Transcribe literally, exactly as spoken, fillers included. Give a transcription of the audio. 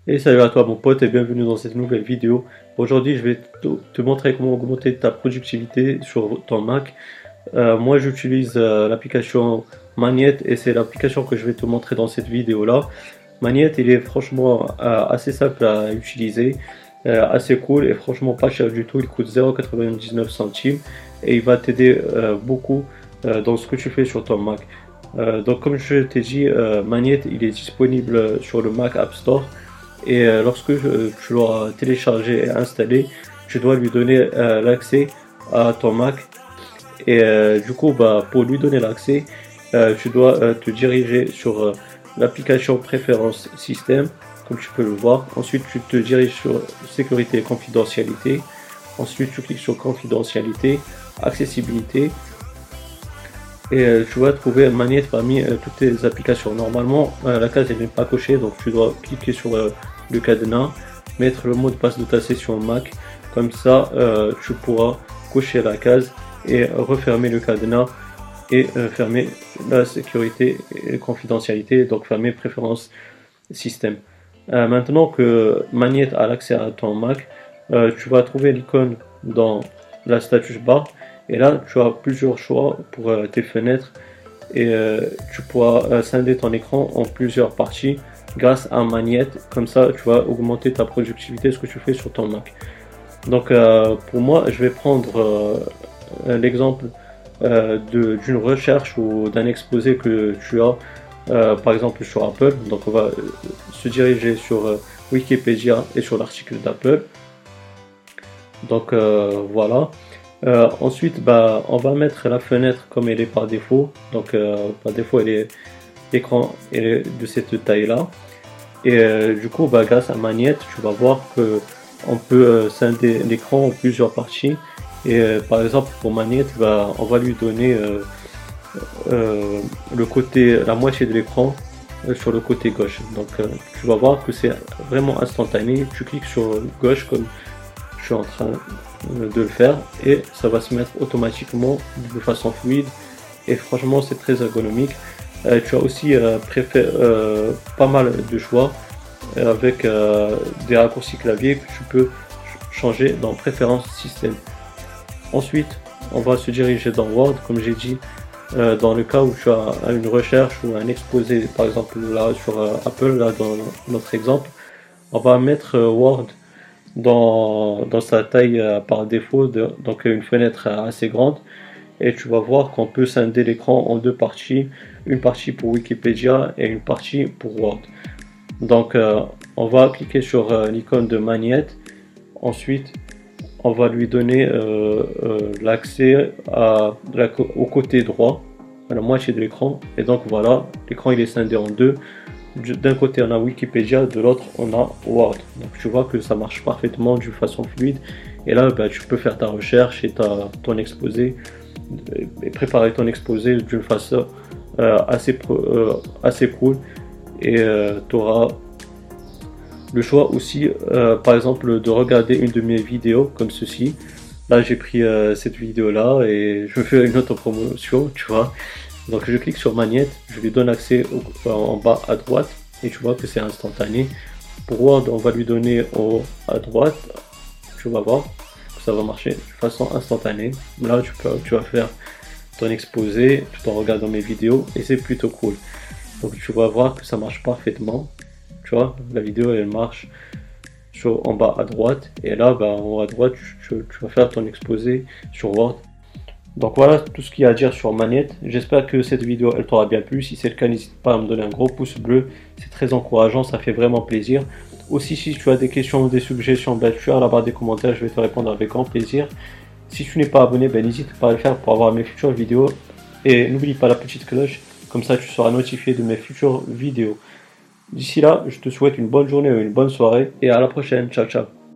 Et salut à toi mon pote et bienvenue dans cette nouvelle vidéo. Aujourd'hui je vais te, te montrer comment augmenter ta productivité sur ton Mac. Euh, moi j'utilise euh, l'application Magnet et c'est l'application que je vais te montrer dans cette vidéo là. Magnet il est franchement euh, assez simple à utiliser, euh, assez cool et franchement pas cher du tout. Il coûte zéro virgule quatre-vingt-dix-neuf centimes et il va t'aider euh, beaucoup euh, dans ce que tu fais sur ton Mac. Euh, donc comme je t'ai dit, euh, Magnet il est disponible sur le Mac App Store. Et euh, lorsque euh, tu l'auras téléchargé et installé, tu dois lui donner euh, l'accès à ton Mac. Et euh, du coup, bah, pour lui donner l'accès, euh, tu dois euh, te diriger sur euh, l'application Préférences Système, comme tu peux le voir. Ensuite, tu te diriges sur Sécurité et Confidentialité. Ensuite, tu cliques sur Confidentialité, Accessibilité. Et euh, tu vas trouver Magnet parmi euh, toutes tes applications. Normalement, euh, la case n'est pas cochée, donc tu dois cliquer sur euh, le cadenas, mettre le mot de passe de ta session Mac. Comme ça, euh, tu pourras cocher la case et refermer le cadenas et euh, fermer la sécurité et confidentialité, donc fermer préférences système. Euh, maintenant que Magnet a l'accès à ton Mac, euh, tu vas trouver l'icône dans la status bar et là tu as plusieurs choix pour euh, tes fenêtres et euh, tu pourras euh, scinder ton écran en plusieurs parties grâce à Magnet. Comme ça tu vas augmenter ta productivité, ce que tu fais sur ton Mac. Donc euh, pour moi je vais prendre euh, l'exemple euh, d'une recherche ou d'un exposé que tu as euh, par exemple sur Apple. Donc on va euh, se diriger sur euh, Wikipédia et sur l'article d'Apple. Donc euh, voilà. Euh, ensuite, bah, on va mettre la fenêtre comme elle est par défaut. Donc euh, par défaut, elle est l'écran est de cette taille-là. Et euh, du coup, bah, grâce à Magnet, tu vas voir que on peut euh, scinder l'écran en plusieurs parties. Et euh, par exemple, pour Magnet, bah, on va lui donner euh, euh, le côté, la moitié de l'écran euh, sur le côté gauche. Donc euh, tu vas voir que c'est vraiment instantané. Tu cliques sur gauche comme je suis en train de le faire et ça va se mettre automatiquement de façon fluide et franchement c'est très ergonomique. Euh, tu as aussi euh, préféré, euh, pas mal de choix euh, avec euh, des raccourcis clavier que tu peux changer dans préférences système. Ensuite on va se diriger dans Word comme j'ai dit, euh, dans le cas où tu as une recherche ou un exposé par exemple là sur euh, Apple, là dans notre exemple on va mettre euh, Word dans, dans sa taille euh, par défaut, de, donc une fenêtre assez grande, et tu vas voir qu'on peut scinder l'écran en deux parties, une partie pour Wikipédia et une partie pour Word. Donc euh, on va cliquer sur euh, l'icône de Magnet, ensuite on va lui donner euh, euh, l'accès à, au côté droit, à la moitié de l'écran, et donc voilà, l'écran il est scindé en deux. D'un côté on a Wikipédia, de l'autre on a Word. Donc tu vois que ça marche parfaitement d'une façon fluide. Et là bah, tu peux faire ta recherche et ta, ton exposé et préparer ton exposé d'une façon euh, assez, euh, assez cool. Et euh, tu auras le choix aussi euh, par exemple de regarder une de mes vidéos comme ceci. Là j'ai pris euh, cette vidéo là et je me fais une autre promotion, tu vois. Donc je clique sur Magnet, je lui donne accès au, en bas à droite et tu vois que c'est instantané. Pour Word, on va lui donner au, à droite, tu vas voir que ça va marcher de façon instantanée. Là tu, peux, tu vas faire ton exposé tout en regardant mes vidéos et c'est plutôt cool. Donc tu vas voir que ça marche parfaitement. Tu vois, la vidéo elle marche sur, en bas à droite et là bah, en haut à droite tu, tu, tu vas faire ton exposé sur Word. Donc voilà tout ce qu'il y a à dire sur Magnet. J'espère que cette vidéo elle t'aura bien plu. Si c'est le cas, n'hésite pas à me donner un gros pouce bleu. C'est très encourageant, ça fait vraiment plaisir. Aussi si tu as des questions ou des suggestions, ben, tu as à la barre des commentaires, je vais te répondre avec grand plaisir. Si tu n'es pas abonné, ben, n'hésite pas à le faire pour avoir mes futures vidéos. Et n'oublie pas la petite cloche, comme ça tu seras notifié de mes futures vidéos. D'ici là, je te souhaite une bonne journée ou une bonne soirée et à la prochaine. Ciao ciao.